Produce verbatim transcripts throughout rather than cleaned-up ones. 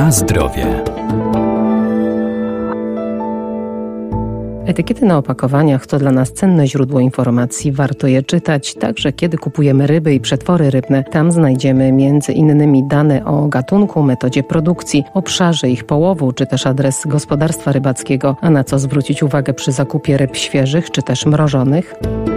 Na zdrowie. Etykiety na opakowaniach to dla nas cenne źródło informacji. Warto je czytać, także kiedy kupujemy ryby i przetwory rybne. Tam znajdziemy między innymi dane o gatunku, metodzie produkcji, obszarze ich połowu, czy też adres gospodarstwa rybackiego. A na co zwrócić uwagę przy zakupie ryb świeżych, czy też mrożonych?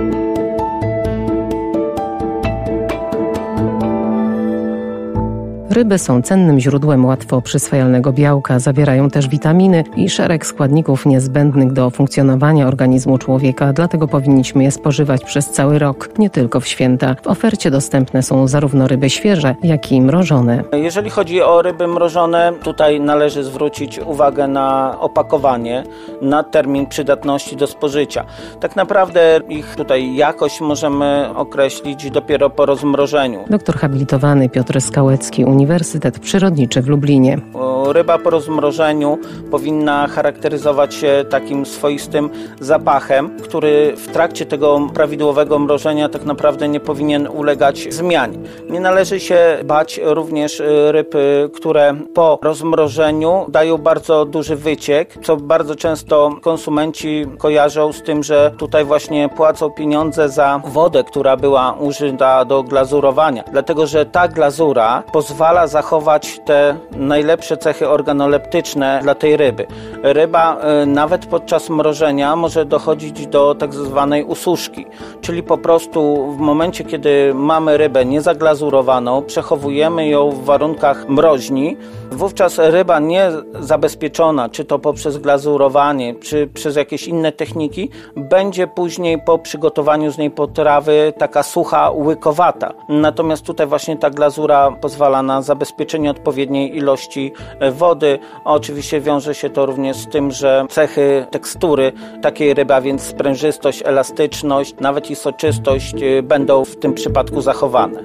Ryby są cennym źródłem łatwo przyswajalnego białka, zawierają też witaminy i szereg składników niezbędnych do funkcjonowania organizmu człowieka, dlatego powinniśmy je spożywać przez cały rok, nie tylko w święta. W ofercie dostępne są zarówno ryby świeże, jak i mrożone. Jeżeli chodzi o ryby mrożone, tutaj należy zwrócić uwagę na opakowanie, na termin przydatności do spożycia. Tak naprawdę ich tutaj jakość możemy określić dopiero po rozmrożeniu. Doktor habilitowany Piotr Skałecki, Uniwersytet Przyrodniczy w Lublinie. Ryba po rozmrożeniu powinna charakteryzować się takim swoistym zapachem, który w trakcie tego prawidłowego mrożenia tak naprawdę nie powinien ulegać zmianie. Nie należy się bać również ryb, które po rozmrożeniu dają bardzo duży wyciek, co bardzo często konsumenci kojarzą z tym, że tutaj właśnie płacą pieniądze za wodę, która była użyta do glazurowania. Dlatego, że ta glazura pozwala zachować te najlepsze cechy organoleptyczne dla tej ryby. Ryba y, nawet podczas mrożenia może dochodzić do tak zwanej ususzki, czyli po prostu w momencie, kiedy mamy rybę niezaglazurowaną, przechowujemy ją w warunkach mroźni, wówczas ryba niezabezpieczona, czy to poprzez glazurowanie, czy przez jakieś inne techniki, będzie później po przygotowaniu z niej potrawy taka sucha, łykowata. Natomiast tutaj właśnie ta glazura pozwala na zabezpieczenie odpowiedniej ilości wody. Oczywiście wiąże się to również z tym, że cechy tekstury takiej ryby, a więc sprężystość, elastyczność, nawet i soczystość będą w tym przypadku zachowane.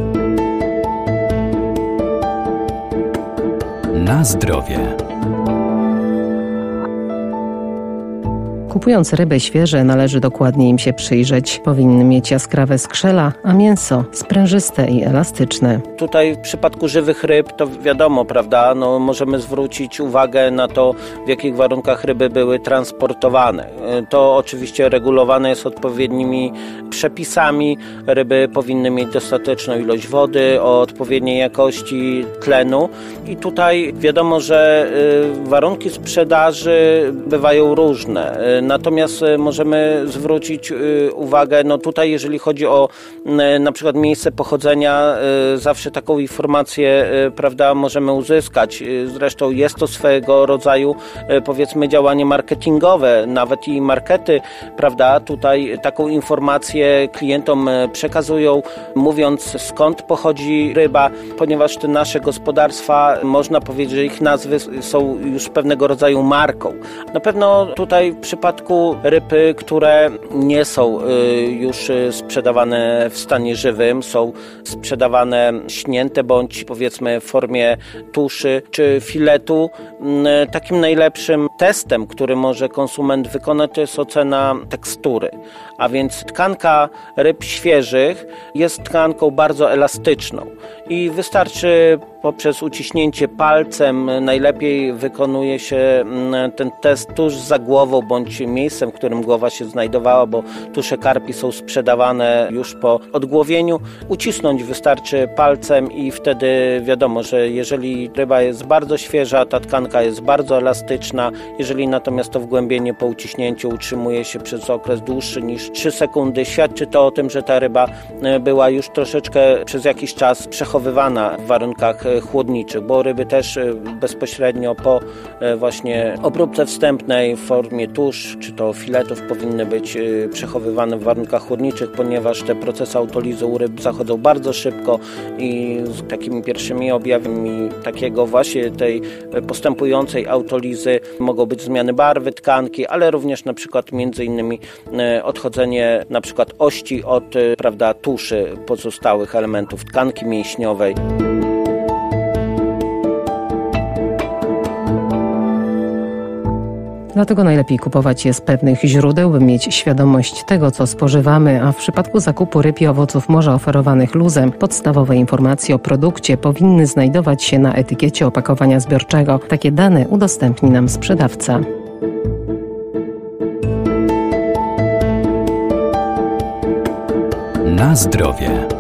Na zdrowie. Kupując ryby świeże, należy dokładnie im się przyjrzeć. Powinny mieć jaskrawe skrzela, a mięso sprężyste i elastyczne. Tutaj w przypadku żywych ryb to wiadomo, prawda, no możemy zwrócić uwagę na to, w jakich warunkach ryby były transportowane. To oczywiście regulowane jest odpowiednimi przepisami. Ryby powinny mieć dostateczną ilość wody, o odpowiedniej jakości tlenu i tutaj wiadomo, że warunki sprzedaży bywają różne. Natomiast możemy zwrócić uwagę, no tutaj jeżeli chodzi o na przykład miejsce pochodzenia, zawsze taką informację, prawda, możemy uzyskać. Zresztą jest to swego rodzaju, powiedzmy, działanie marketingowe, nawet i markety, prawda, tutaj taką informację klientom przekazują, mówiąc skąd pochodzi ryba, ponieważ te nasze gospodarstwa, można powiedzieć, że ich nazwy są już pewnego rodzaju marką. Na pewno tutaj w przypadku ryb, które nie są już sprzedawane w stanie żywym, są sprzedawane śnięte bądź powiedzmy w formie tuszy czy filetu, takim najlepszym testem, który może konsument wykonać, to jest ocena tekstury. A więc tkanka ryb świeżych jest tkanką bardzo elastyczną i wystarczy poprzez uciśnięcie palcem, najlepiej wykonuje się ten test tuż za głową bądź miejscem, w którym głowa się znajdowała, bo tusze karpi są sprzedawane już po odgłowieniu. Ucisnąć wystarczy palcem i wtedy wiadomo, że jeżeli ryba jest bardzo świeża, ta tkanka jest bardzo elastyczna. Jeżeli natomiast to wgłębienie po uciśnięciu utrzymuje się przez okres dłuższy niż trzy sekundy, świadczy to o tym, że ta ryba była już troszeczkę przez jakiś czas przechowywana w warunkach chłodniczych, bo ryby też bezpośrednio po właśnie obróbce wstępnej w formie tusz czy to filetów powinny być przechowywane w warunkach chłodniczych, ponieważ te procesy autolizu u ryb zachodzą bardzo szybko i z takimi pierwszymi objawami takiego właśnie tej postępującej autolizy mogą być zmiany barwy tkanki, ale również na przykład między innymi odchodzenie na przykład ości od, prawda, tuszy pozostałych elementów tkanki mięśniowej. Dlatego najlepiej kupować je z pewnych źródeł, by mieć świadomość tego, co spożywamy, a w przypadku zakupu ryb i owoców morza oferowanych luzem, podstawowe informacje o produkcie powinny znajdować się na etykiecie opakowania zbiorczego. Takie dane udostępni nam sprzedawca. Na zdrowie.